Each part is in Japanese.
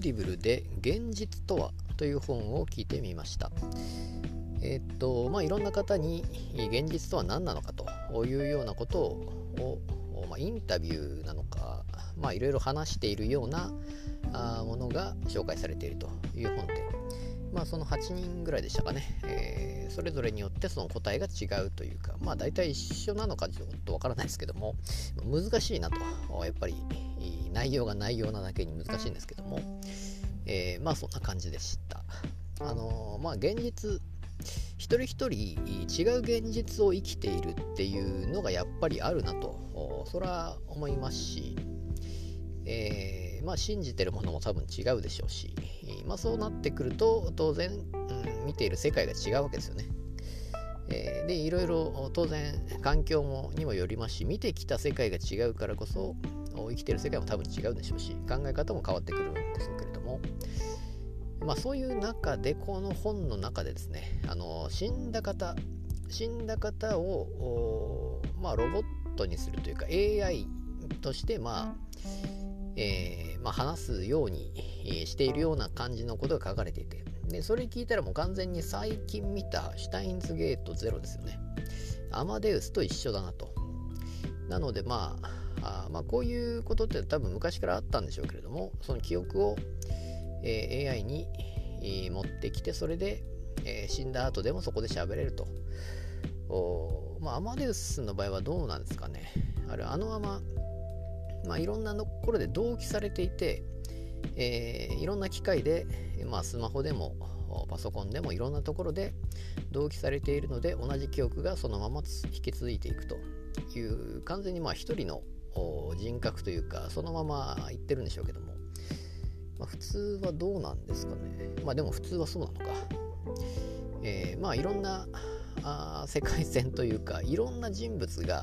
ディブルで現実とはという本を聞いてみました。いろんな方に現実とは何なのかというようなことを、インタビューなのか、いろいろ話しているようなものが紹介されているという本で、その8人ぐらいでしたかね、それぞれによってその答えが違うというか、大体一緒なのかちょっとわからないですけども、難しいなと、やっぱり内容が内容なだけに難しいんですけども、そんな感じでした。現実、一人一人違う現実を生きているっていうのがやっぱりあるなと、それは思いますし、信じてるものも多分違うでしょうし、そうなってくると当然、見ている世界が違うわけですよね。でいろいろ当然環境にもよりますし、見てきた世界が違うからこそ生きてる世界も多分違うでしょうし、考え方も変わってくるんでしょうけれども、そういう中でこの本の中でですね、死んだ方をロボットにするというか AI として話すようにしているような感じのことが書かれていて、でそれ聞いたらもう完全に最近見たシュタインズゲートゼロですよね。アマデウスと一緒だなと。なのでこういうことって多分昔からあったんでしょうけれども、その記憶を、AI に持ってきて、それで、死んだ後でもそこで喋れると。アマデウスの場合はどうなんですかね。あのままいろんなところで同期されていて、いろんな機械で、スマホでもパソコンでもいろんなところで同期されているので、同じ記憶がそのまま引き続いていくという、完全に一人の人格というかそのままいってるんでしょうけども、普通はどうなんですかね。でも普通はそうなのか。いろんな世界線というか、いろんな人物が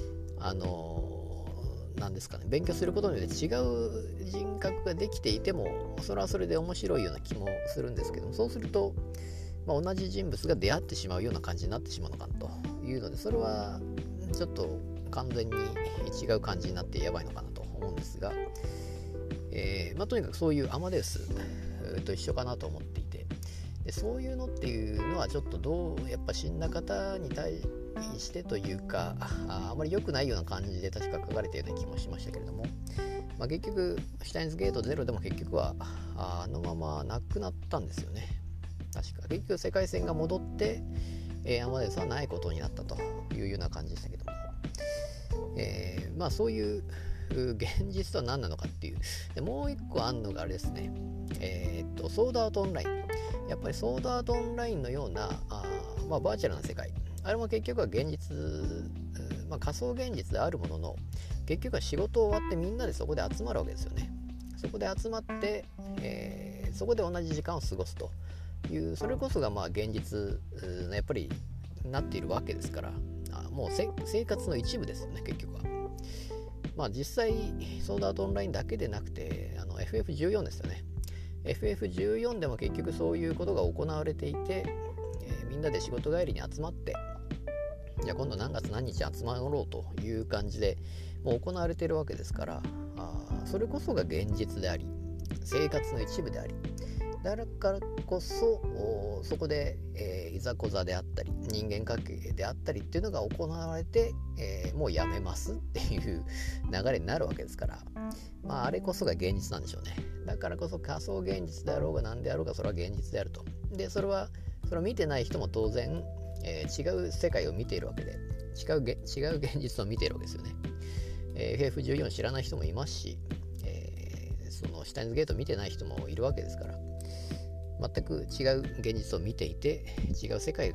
なんですかね、勉強することによって違う人格ができていても、それはそれで面白いような気もするんですけども、そうすると、同じ人物が出会ってしまうような感じになってしまうのかなというので、それはちょっと完全に違う感じになってやばいのかなと思うんですが、とにかくそういうアマデウスと一緒かなと思っていて、でそういうのっていうのはちょっとやっぱ死んだ方に対してというか、あまり良くないような感じで確か書かれているような気もしましたけれども、結局シュタインズゲートゼロでも結局はあのままなくなったんですよね。確か結局世界線が戻って、アマデウスはないことになったというような感じでしたけども、そういう現実とは何なのかっていう。でもう一個あんのがあれですね、ソードアートオンライン。やっぱりソードアートオンラインのようなバーチャルな世界、あれも結局は現実、仮想現実であるものの、結局は仕事終わってみんなでそこで集まるわけですよね。そこで集まって、そこで同じ時間を過ごすという、それこそが現実のやっぱりなっているわけですから、もう生活の一部ですよね、結局は。実際ソードアートオンラインだけでなくてFF14 ですよね。FF14 でも結局そういうことが行われていて、みんなで仕事帰りに集まって、じゃあ今度何月何日集まろうという感じでもう行われているわけですから、それこそが現実であり生活の一部であり、だからこそそこで、いざこざであったり人間関係であったりっていうのが行われて、もうやめますっていう流れになるわけですから、あれこそが現実なんでしょうね。だからこそ仮想現実であろうが何であろうがそれは現実であると。でそれを見てない人も当然、違う世界を見ているわけで、違う現実を見ているわけですよね。FF14 知らない人もいますし、そのシュタインズゲート見てない人もいるわけですから、全く違う現実を見ていて、違う世界、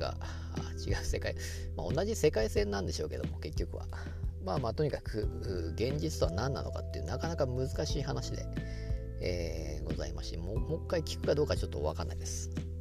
同じ世界線なんでしょうけども、結局はとにかく現実とは何なのかっていうなかなか難しい話で、ございまして、もう一回聞くかどうかちょっと分かんないです。